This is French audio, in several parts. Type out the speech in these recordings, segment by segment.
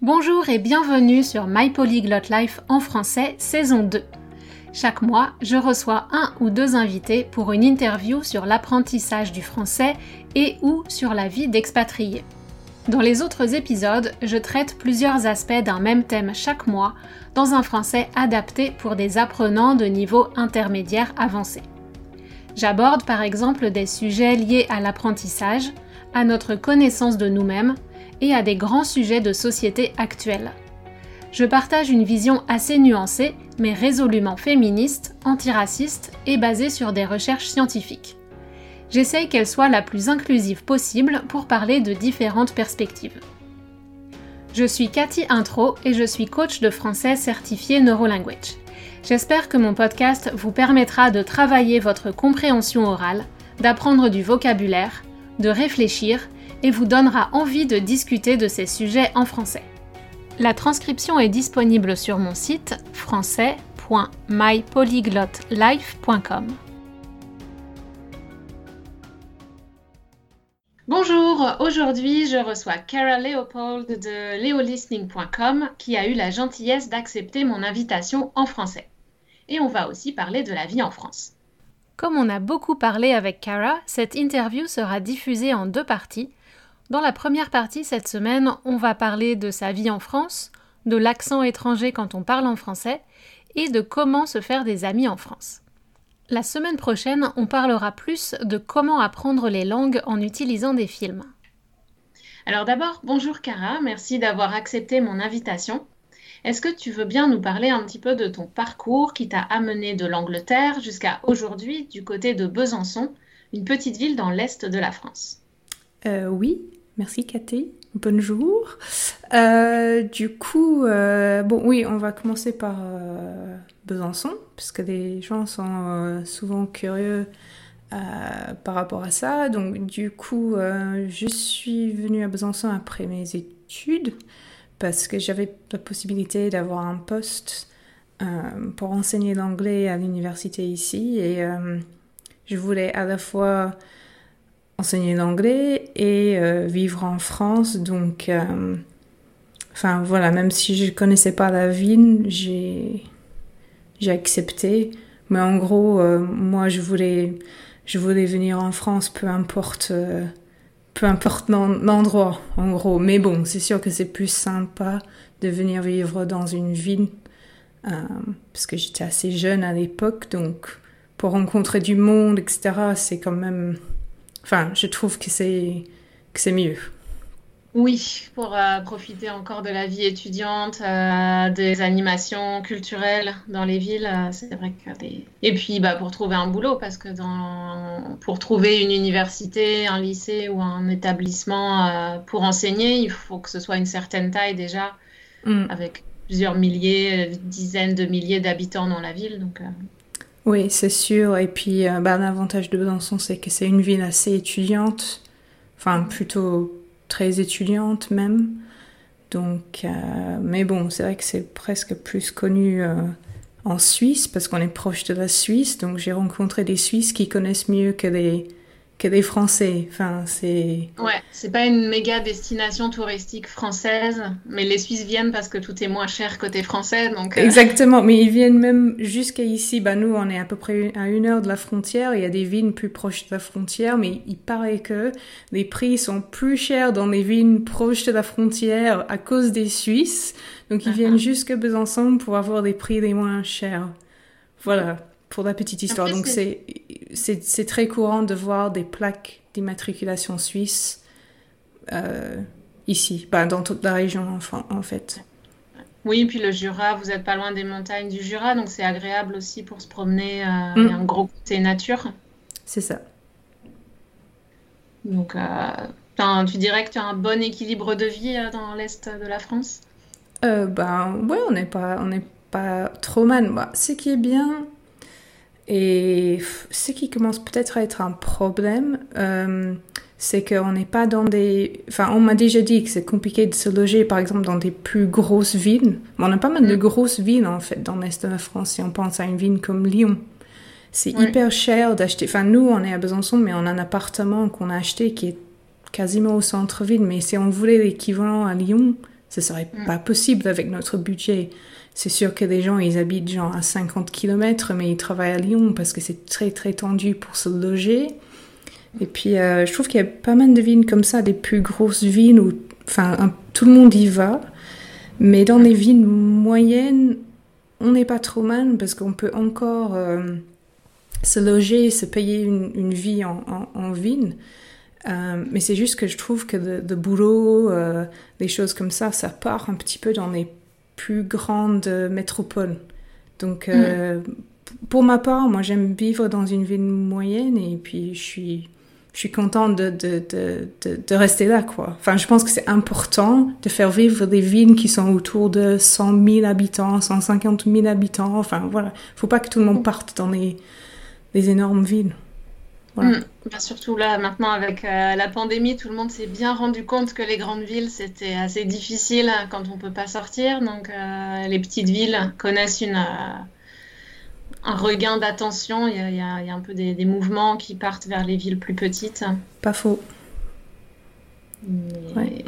Bonjour et bienvenue sur My Polyglot Life en français, saison 2. Chaque mois, je reçois un ou deux invités pour une interview sur l'apprentissage du français et ou sur la vie d'expatrié. Dans les autres épisodes, je traite plusieurs aspects d'un même thème chaque mois dans un français adapté pour des apprenants de niveau intermédiaire avancé. J'aborde par exemple des sujets liés à l'apprentissage, à notre connaissance de nous-mêmes et à des grands sujets de société actuels. Je partage une vision assez nuancée, mais résolument féministe, antiraciste et basée sur des recherches scientifiques. J'essaye qu'elle soit la plus inclusive possible pour parler de différentes perspectives. Je suis Cathy Intro et je suis coach de français certifié NeuroLanguage. J'espère que mon podcast vous permettra de travailler votre compréhension orale, d'apprendre du vocabulaire, de réfléchir et vous donnera envie de discuter de ces sujets en français. La transcription est disponible sur mon site français.mypolyglotlife.com. Bonjour, aujourd'hui je reçois Cara Leopold de leolistening.com qui a eu la gentillesse d'accepter mon invitation en français. Et on va aussi parler de la vie en France. Comme on a beaucoup parlé avec Cara, cette interview sera diffusée en deux parties. Dans la première partie cette semaine, on va parler de sa vie en France, de l'accent étranger quand on parle en français et de comment se faire des amis en France. La semaine prochaine, on parlera plus de comment apprendre les langues en utilisant des films. Alors d'abord, bonjour Cara, merci d'avoir accepté mon invitation. Est-ce que tu veux bien nous parler un petit peu de ton parcours qui t'a amené de l'Angleterre jusqu'à aujourd'hui du côté de Besançon, une petite ville dans l'est de la France? Oui, merci Cathy. Bonjour. Oui, on va commencer par Besançon, parce que les gens sont souvent curieux par rapport à ça. Donc, je suis venue à Besançon après mes études, parce que j'avais la possibilité d'avoir un poste pour enseigner l'anglais à l'université ici, et je voulais à la fois enseigner l'anglais et vivre en France. Donc, même si je connaissais pas la ville, j'ai accepté. Mais en gros, moi, je voulais venir en France, peu importe l'endroit, en gros. Mais bon, c'est sûr que c'est plus sympa de venir vivre dans une ville, parce que j'étais assez jeune à l'époque, donc pour rencontrer du monde, etc., c'est quand même... je trouve que c'est mieux. Oui, pour profiter encore de la vie étudiante, des animations culturelles dans les villes, c'est vrai que Et puis, pour trouver un boulot, parce que pour trouver une université, un lycée ou un établissement pour enseigner, il faut que ce soit une certaine taille déjà, avec plusieurs milliers, dizaines de milliers d'habitants dans la ville, donc... Oui, c'est sûr. Et puis, l'avantage de Besançon, c'est que c'est une ville assez étudiante. Plutôt très étudiante même. Donc, mais bon, c'est vrai que c'est presque plus connu en Suisse, parce qu'on est proche de la Suisse. Donc, j'ai rencontré des Suisses qui connaissent mieux que les Français. Ouais, c'est pas une méga destination touristique française, mais les Suisses viennent parce que tout est moins cher côté français, donc... Exactement, mais ils viennent même jusqu'à ici. Nous, on est à peu près à 1 heure de la frontière. Il y a des villes plus proches de la frontière, mais il paraît que les prix sont plus chers dans les villes proches de la frontière à cause des Suisses. Donc, ils viennent jusqu'à Besançon pour avoir des prix les moins chers. Voilà. Pour la petite histoire. Donc, c'est très courant de voir des plaques d'immatriculation suisse ici, dans toute la région, en fait. Oui, puis le Jura, vous n'êtes pas loin des montagnes du Jura, donc c'est agréable aussi pour se promener. Il y a un gros côté nature. C'est ça. Donc, tu dirais que tu as un bon équilibre de vie dans l'est de la France? Ouais, on n'est pas trop mal. Ce qui est bien... Et ce qui commence peut-être à être un problème, c'est qu'on n'est pas dans des... on m'a déjà dit que c'est compliqué de se loger, par exemple, dans des plus grosses villes. On a pas mal de grosses villes, en fait, dans l'Est de la France, si on pense à une ville comme Lyon. C'est hyper cher d'acheter... nous, on est à Besançon, mais on a un appartement qu'on a acheté qui est quasiment au centre-ville. Mais si on voulait l'équivalent à Lyon, Ce serait pas possible avec notre budget. C'est sûr que les gens, ils habitent genre à 50 km, mais ils travaillent à Lyon parce que c'est très très tendu pour se loger. Et puis je trouve qu'il y a pas mal de villes comme ça, des plus grosses villes où tout le monde y va. Mais dans les villes moyennes, on n'est pas trop mal parce qu'on peut encore se loger, se payer une vie en ville. Mais c'est juste que je trouve que le boulot, des choses comme ça part un petit peu dans les plus grandes métropoles. Donc, pour ma part, moi, j'aime vivre dans une ville moyenne et puis je suis contente de rester là, quoi. Enfin, je pense que c'est important de faire vivre des villes qui sont autour de 100 000 habitants, 150 000 habitants. Enfin, voilà. Faut pas que tout le monde parte dans les énormes villes. Voilà. Bah, surtout là, maintenant, avec la pandémie, tout le monde s'est bien rendu compte que les grandes villes, c'était assez difficile quand on peut pas sortir. Donc, les petites villes connaissent un regain d'attention. Il y a un peu des mouvements qui partent vers les villes plus petites. Pas faux. Ouais.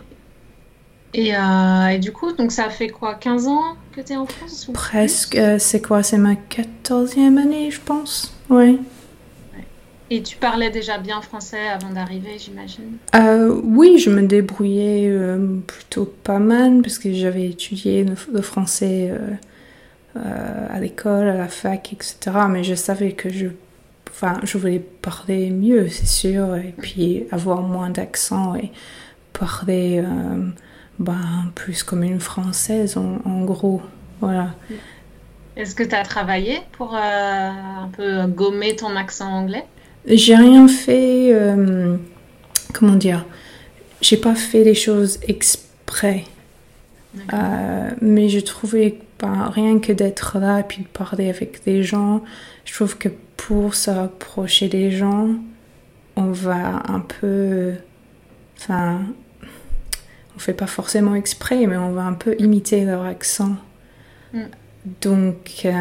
Et du coup, donc ça fait quoi, 15 ans que tu es en France ou Presque. C'est quoi? C'est ma 14e année, je pense. Ouais. Et tu parlais déjà bien français avant d'arriver, j'imagine? Oui, je me débrouillais plutôt pas mal parce que j'avais étudié le français à l'école, à la fac, etc. Mais je savais que je voulais parler mieux, c'est sûr, et puis avoir moins d'accent et parler plus comme une Française, en gros. Voilà. Est-ce que tu as travaillé pour un peu gommer ton accent anglais? J'ai rien fait, comment dire, j'ai pas fait les choses exprès, mais je trouvais rien que d'être là et puis de parler avec des gens, je trouve que pour se rapprocher des gens, on va un peu, on fait pas forcément exprès, mais on va un peu imiter leur accent. Donc,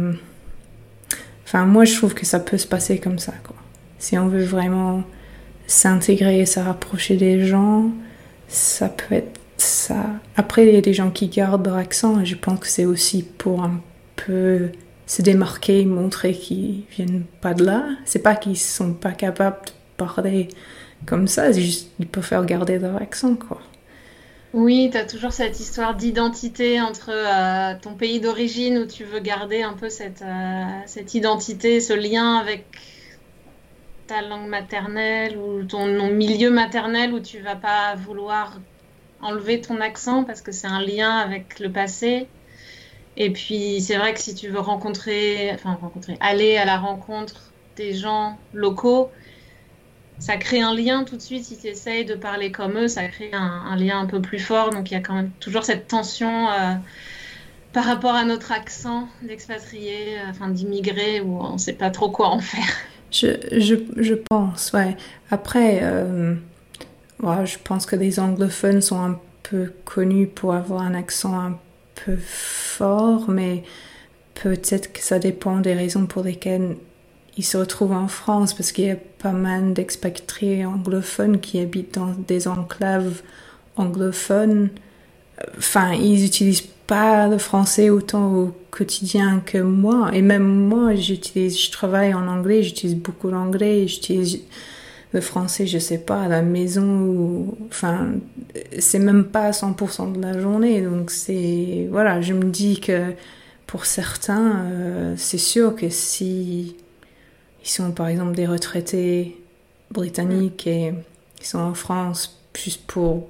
moi je trouve que ça peut se passer comme ça, quoi. Si on veut vraiment s'intégrer et se rapprocher des gens, ça peut être ça. Après, il y a des gens qui gardent leur accent et je pense que c'est aussi pour un peu se démarquer, montrer qu'ils viennent pas de là. C'est pas qu'ils sont pas capables de parler comme ça, c'est juste qu'ils préfèrent garder leur accent, quoi. Oui, tu as toujours cette histoire d'identité entre ton pays d'origine où tu veux garder un peu cette identité, ce lien avec ta langue maternelle ou ton milieu maternel où tu vas pas vouloir enlever ton accent parce que c'est un lien avec le passé. Et puis c'est vrai que si tu veux aller à la rencontre des gens locaux, ça crée un lien tout de suite. Si tu essayes de parler comme eux, ça crée un lien un peu plus fort. Donc il y a quand même toujours cette tension par rapport à notre accent d'expatrié, d'immigré, où on sait pas trop quoi en faire. Je pense, ouais. Après, je pense que les anglophones sont un peu connus pour avoir un accent un peu fort, mais peut-être que ça dépend des raisons pour lesquelles ils se retrouvent en France, parce qu'il y a pas mal d'expatriés anglophones qui habitent dans des enclaves anglophones. Ils utilisent pas le français autant au quotidien que moi. Et même moi, je travaille en anglais, j'utilise beaucoup l'anglais, j'utilise le français, je sais pas, à la maison, c'est même pas 100% de la journée. Donc je me dis que pour certains, c'est sûr que si ils sont par exemple des retraités britanniques et ils sont en France juste pour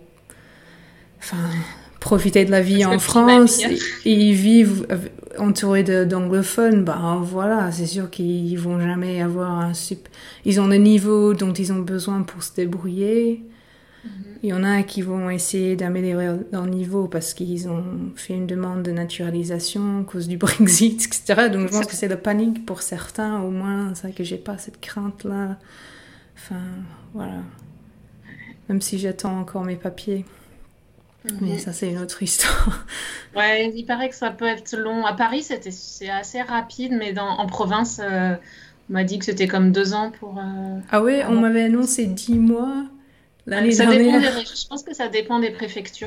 profiter de la vie en France et ils vivent entourés d'anglophones, c'est sûr qu'ils vont jamais avoir ils ont le niveau dont ils ont besoin pour se débrouiller. Il y en a qui vont essayer d'améliorer leur niveau parce qu'ils ont fait une demande de naturalisation à cause du Brexit, etc. Donc je pense que c'est la panique pour certains, au moins. C'est vrai que j'ai pas cette crainte-là. Voilà. Même si j'attends encore mes papiers. Mais ça, c'est une autre histoire. Ouais, il paraît que ça peut être long. À Paris, c'est assez rapide, mais en province, on m'a dit que c'était comme 2 ans pour... Ah ouais, on m'avait annoncé 10 mois l'année Ça dernière. je pense que ça dépend des préfectures.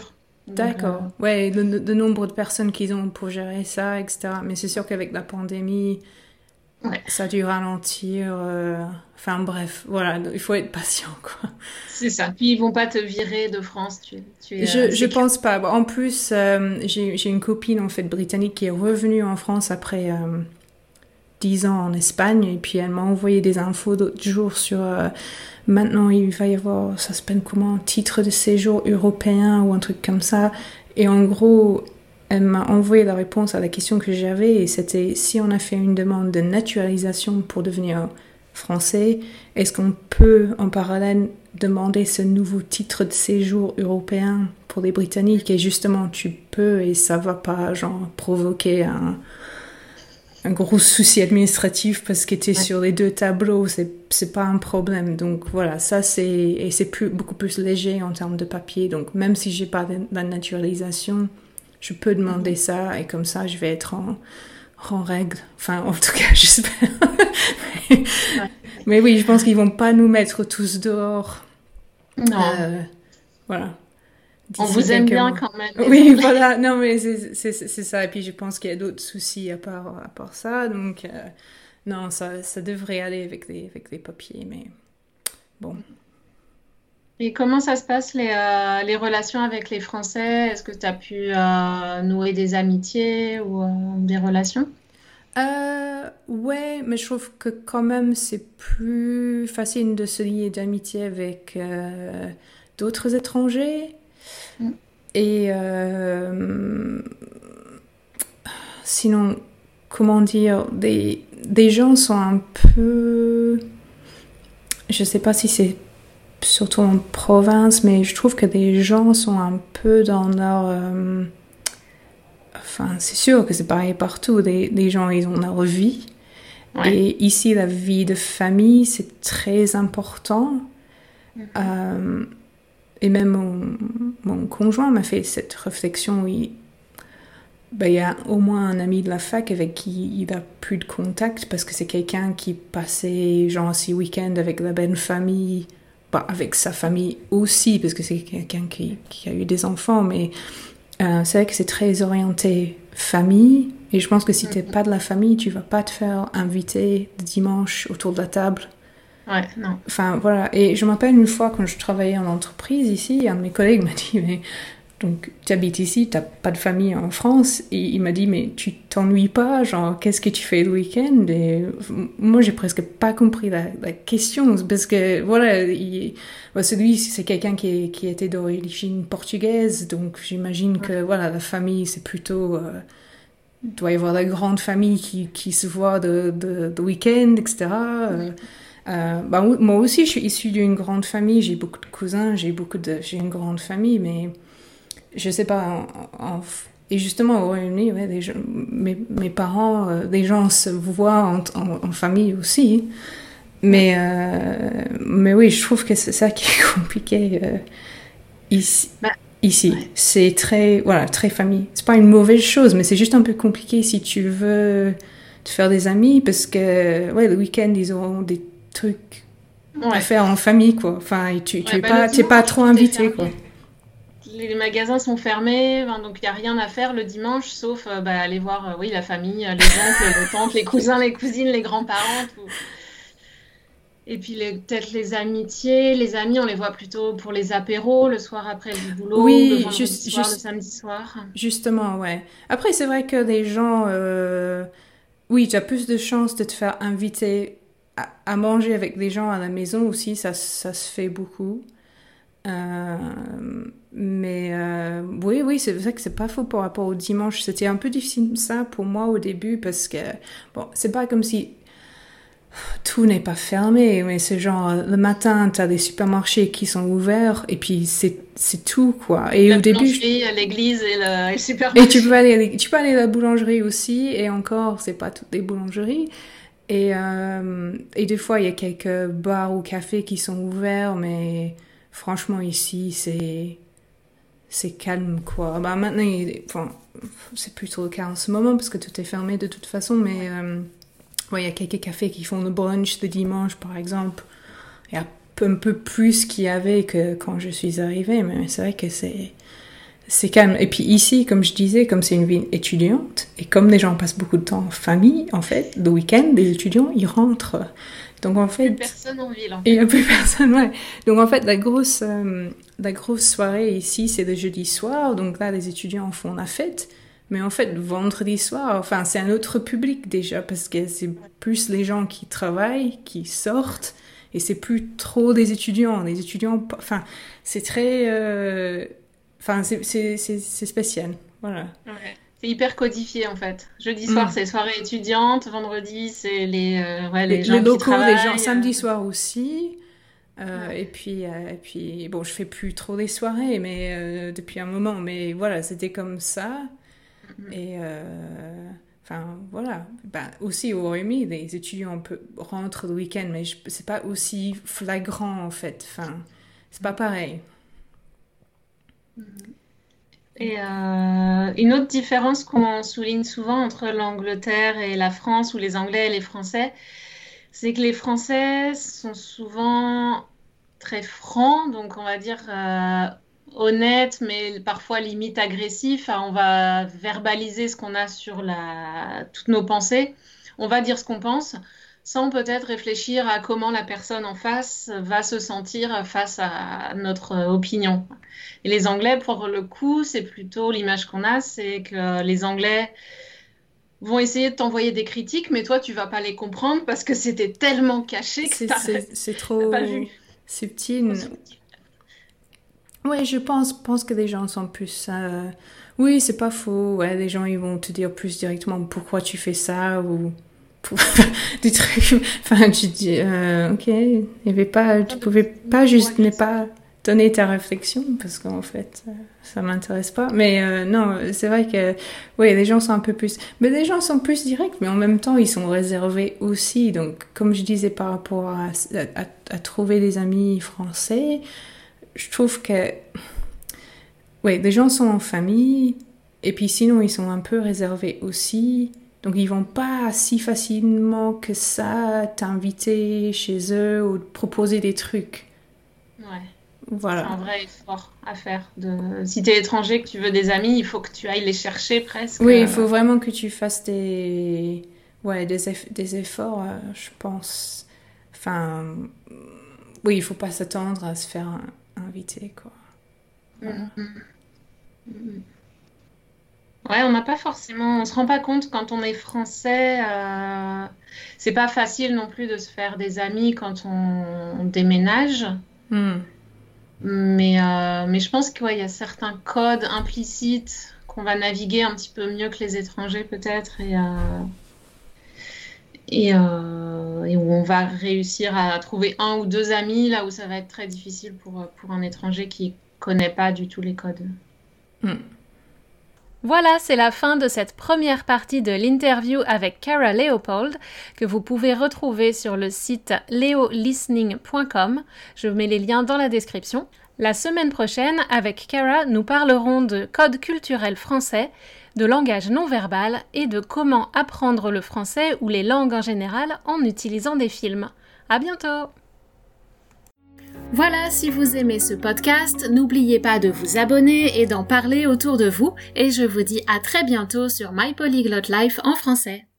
Donc, D'accord. Ouais, le nombre de personnes qu'ils ont pour gérer ça, etc. Mais c'est sûr qu'avec la pandémie, ouais, ça a dû ralentir. Enfin bref, voilà, il faut être patient, quoi. c'est ça. Puis ils vont pas te virer de France, tu es Je sécure. pense pas. En plus, j'ai une copine en fait britannique qui est revenue en France après 10 ans en Espagne et puis elle m'a envoyé des infos d'autres jours sur maintenant il va y avoir, ça s'appelle comment, titre de séjour européen ou un truc comme ça. Et en gros, elle m'a envoyé la réponse à la question que j'avais et c'était si on a fait une demande de naturalisation pour devenir français, est-ce qu'on peut en parallèle demander ce nouveau titre de séjour européen pour les Britanniques et justement tu peux et ça va pas genre provoquer un gros souci administratif parce que t'es Ouais. sur les deux tableaux, c'est pas un problème. Donc voilà, ça c'est beaucoup plus léger en termes de papier. Donc même si j'ai pas la naturalisation, je peux demander ça et comme ça je vais être en règle. Enfin, en tout cas, j'espère. Ouais. Mais oui, je pense qu'ils vont pas nous mettre tous dehors. Non, Voilà. on D'ici vous aime quelques bien mois. quand même, les Oui, Anglais. voilà. Non, mais c'est ça. Et puis, je pense qu'il y a d'autres soucis à part ça. Donc, non, ça devrait aller avec les papiers. Mais bon. Et comment ça se passe les relations avec les Français? Est-ce que tu as pu nouer des amitiés ou des relations? Ouais, mais je trouve que quand même, c'est plus facile de se lier d'amitié avec d'autres étrangers. Mm. Et sinon, comment dire, des gens sont un peu... Je sais pas si c'est surtout en province, mais je trouve que des gens sont un peu dans leur... Enfin, c'est sûr que c'est pareil partout. Des gens, ils ont leur vie. Ouais. Et ici, la vie de famille, c'est très important. Mhm. Et même mon conjoint m'a fait cette réflexion où ben, il y a au moins un ami de la fac avec qui il a plus de contact parce que c'est quelqu'un qui passait genre 6 week-ends avec la belle famille, bah, avec sa famille aussi parce que c'est quelqu'un qui a eu des enfants, mais c'est vrai que c'est très orienté famille et je pense que si t'es Mhm. pas de la famille, tu vas pas te faire inviter le dimanche autour de la table. Ouais, non. Enfin voilà, et je m'appelle une fois quand je travaillais en entreprise ici, un de mes collègues m'a dit mais donc tu habites ici, t'as pas de famille en France, et il m'a dit mais tu t'ennuies pas, genre qu'est-ce que tu fais le week-end? Et moi j'ai presque pas compris la question parce que voilà, celui c'est quelqu'un qui était d'origine portugaise, donc j'imagine Ouais. que voilà la famille c'est plutôt doit y avoir la grande famille qui se voit de week-end, etc. Bah, moi aussi, je suis issue d'une grande famille. J'ai beaucoup de cousins, j'ai une grande famille, mais je sais pas. Et justement, au Royaume-Uni, ouais, mes parents, des gens se voient en famille aussi. Ouais. Mais oui, je trouve que c'est ça qui est compliqué ici. Bah, Ici, ouais. c'est très, voilà, très famille. C'est pas une mauvaise chose, mais c'est juste un peu compliqué si tu veux te faire des amis parce que, ouais, le week-end, ils auront des trucs à Ouais. faire en famille, quoi. Enfin, et Ouais, bah, le t'es pas dimanche, trop tout est invité, quoi. fermé. Les magasins sont fermés, enfin, donc il n'y a rien à faire le dimanche, sauf bah, aller voir oui, la famille, les oncles, les tantes, les cousins, les cousines, les grands-parents, tout. Et puis peut-être les amitiés, les amis, on les voit plutôt pour les apéros, le soir après du boulot, le Oui, vendredi soir, le samedi soir. justement, ouais. Après, c'est vrai que les gens, oui, tu as plus de chances de te faire inviter à manger avec des gens à la maison aussi, ça se fait beaucoup. Euh, mais oui, oui, c'est vrai que c'est pas faux par rapport au dimanche. C'était un peu difficile ça pour moi au début parce que, bon, c'est pas comme si tout n'est pas fermé, mais c'est genre le matin, t'as des supermarchés qui sont ouverts et puis c'est tout, quoi. Et La au début, boulangerie, l'église et le et tu supermarché. peux aller, tu peux aller à la boulangerie aussi, et encore, c'est pas toutes les boulangeries. Et des fois, il y a quelques bars ou cafés qui sont ouverts, mais franchement, ici, c'est calme, quoi. Bah, maintenant, enfin, c'est plutôt le cas en ce moment, parce que tout est fermé de toute façon, mais ouais, il y a quelques cafés qui font le brunch le dimanche, par exemple. Il y a un peu plus qu'il y avait que quand je suis arrivée, mais c'est vrai que c'est calme. Et puis ici, comme je disais, comme c'est une ville étudiante, et comme les gens passent beaucoup de temps en famille, en fait, le week-end, les étudiants, ils rentrent. Donc en fait... Plus personne en ville, en fait. Il n'y a plus personne, ouais. Donc en fait, la grosse soirée ici, c'est le jeudi soir. Donc là, les étudiants font la fête. Mais en fait, le vendredi soir, enfin, c'est un autre public déjà, parce que c'est plus les gens qui travaillent, qui sortent, et c'est plus trop des étudiants. Les étudiants, enfin, c'est très... Enfin, c'est spécial, voilà. Ouais. C'est hyper codifié, en fait. Jeudi soir, c'est soirée étudiante. Vendredi, c'est les gens locaux, qui travaillent. Les gens, samedi soir aussi. Et puis, bon, je fais plus trop les soirées, mais depuis un moment. Mais voilà, c'était comme ça. Et enfin, voilà. Ben, aussi au Royaume-Uni, les étudiants rentrent le week-end, mais c'est pas aussi flagrant, en fait. Enfin, c'est pas pareil. Et une autre différence qu'on souligne souvent entre l'Angleterre et la France, ou les Anglais et les Français, c'est que les Français sont souvent très francs, donc on va dire honnêtes, mais parfois limite agressifs. On va verbaliser ce qu'on a sur toutes nos pensées. On va dire ce qu'on pense, sans peut-être réfléchir à comment la personne en face va se sentir face à notre opinion. Et les Anglais, pour le coup, c'est plutôt l'image qu'on a, c'est que les Anglais vont essayer de t'envoyer des critiques, mais toi, tu vas pas les comprendre parce que c'était tellement caché que c'est trop subtil. Ouais, je pense que les gens sont plus... Oui, c'est pas faux. Ouais, les gens, ils vont te dire plus directement pourquoi tu fais ça ou... des trucs... Enfin, tu dis, ok, il y avait pas... Tu pouvais pas juste ne pas donner ta réflexion parce qu'en fait, ça m'intéresse pas. Mais non, c'est vrai que... Oui, les gens sont un peu plus... Mais les gens sont plus directs, mais en même temps, ils sont réservés aussi. Donc, comme je disais par rapport à trouver des amis français... Je trouve que, ouais, les gens sont en famille, et puis sinon ils sont un peu réservés aussi, donc ils vont pas si facilement que ça t'inviter chez eux ou te proposer des trucs. Ouais. Voilà. C'est un vrai effort à faire. Si t'es étranger, que tu veux des amis, il faut que tu ailles les chercher presque. Oui, il faut vraiment que tu fasses des efforts, je pense. Enfin, oui, il faut pas s'attendre à se faire inviter, quoi. Voilà. Ouais, on n'a pas forcément, on se rend pas compte quand on est français. C'est pas facile non plus de se faire des amis quand on déménage. Mais je pense qu'il y a certains codes implicites qu'on va naviguer un petit peu mieux que les étrangers peut-être et où on va réussir à trouver un ou deux amis là où ça va être très difficile pour un étranger qui connaît pas du tout les codes. Voilà, c'est la fin de cette première partie de l'interview avec Cara Leopold que vous pouvez retrouver sur le site leolistening.com. Je mets les liens dans la description. La semaine prochaine, avec Cara, nous parlerons de code culturel français, de langage non verbal et de comment apprendre le français ou les langues en général en utilisant des films. À bientôt! Voilà, si vous aimez ce podcast, n'oubliez pas de vous abonner et d'en parler autour de vous, et je vous dis à très bientôt sur My Polyglot Life en français.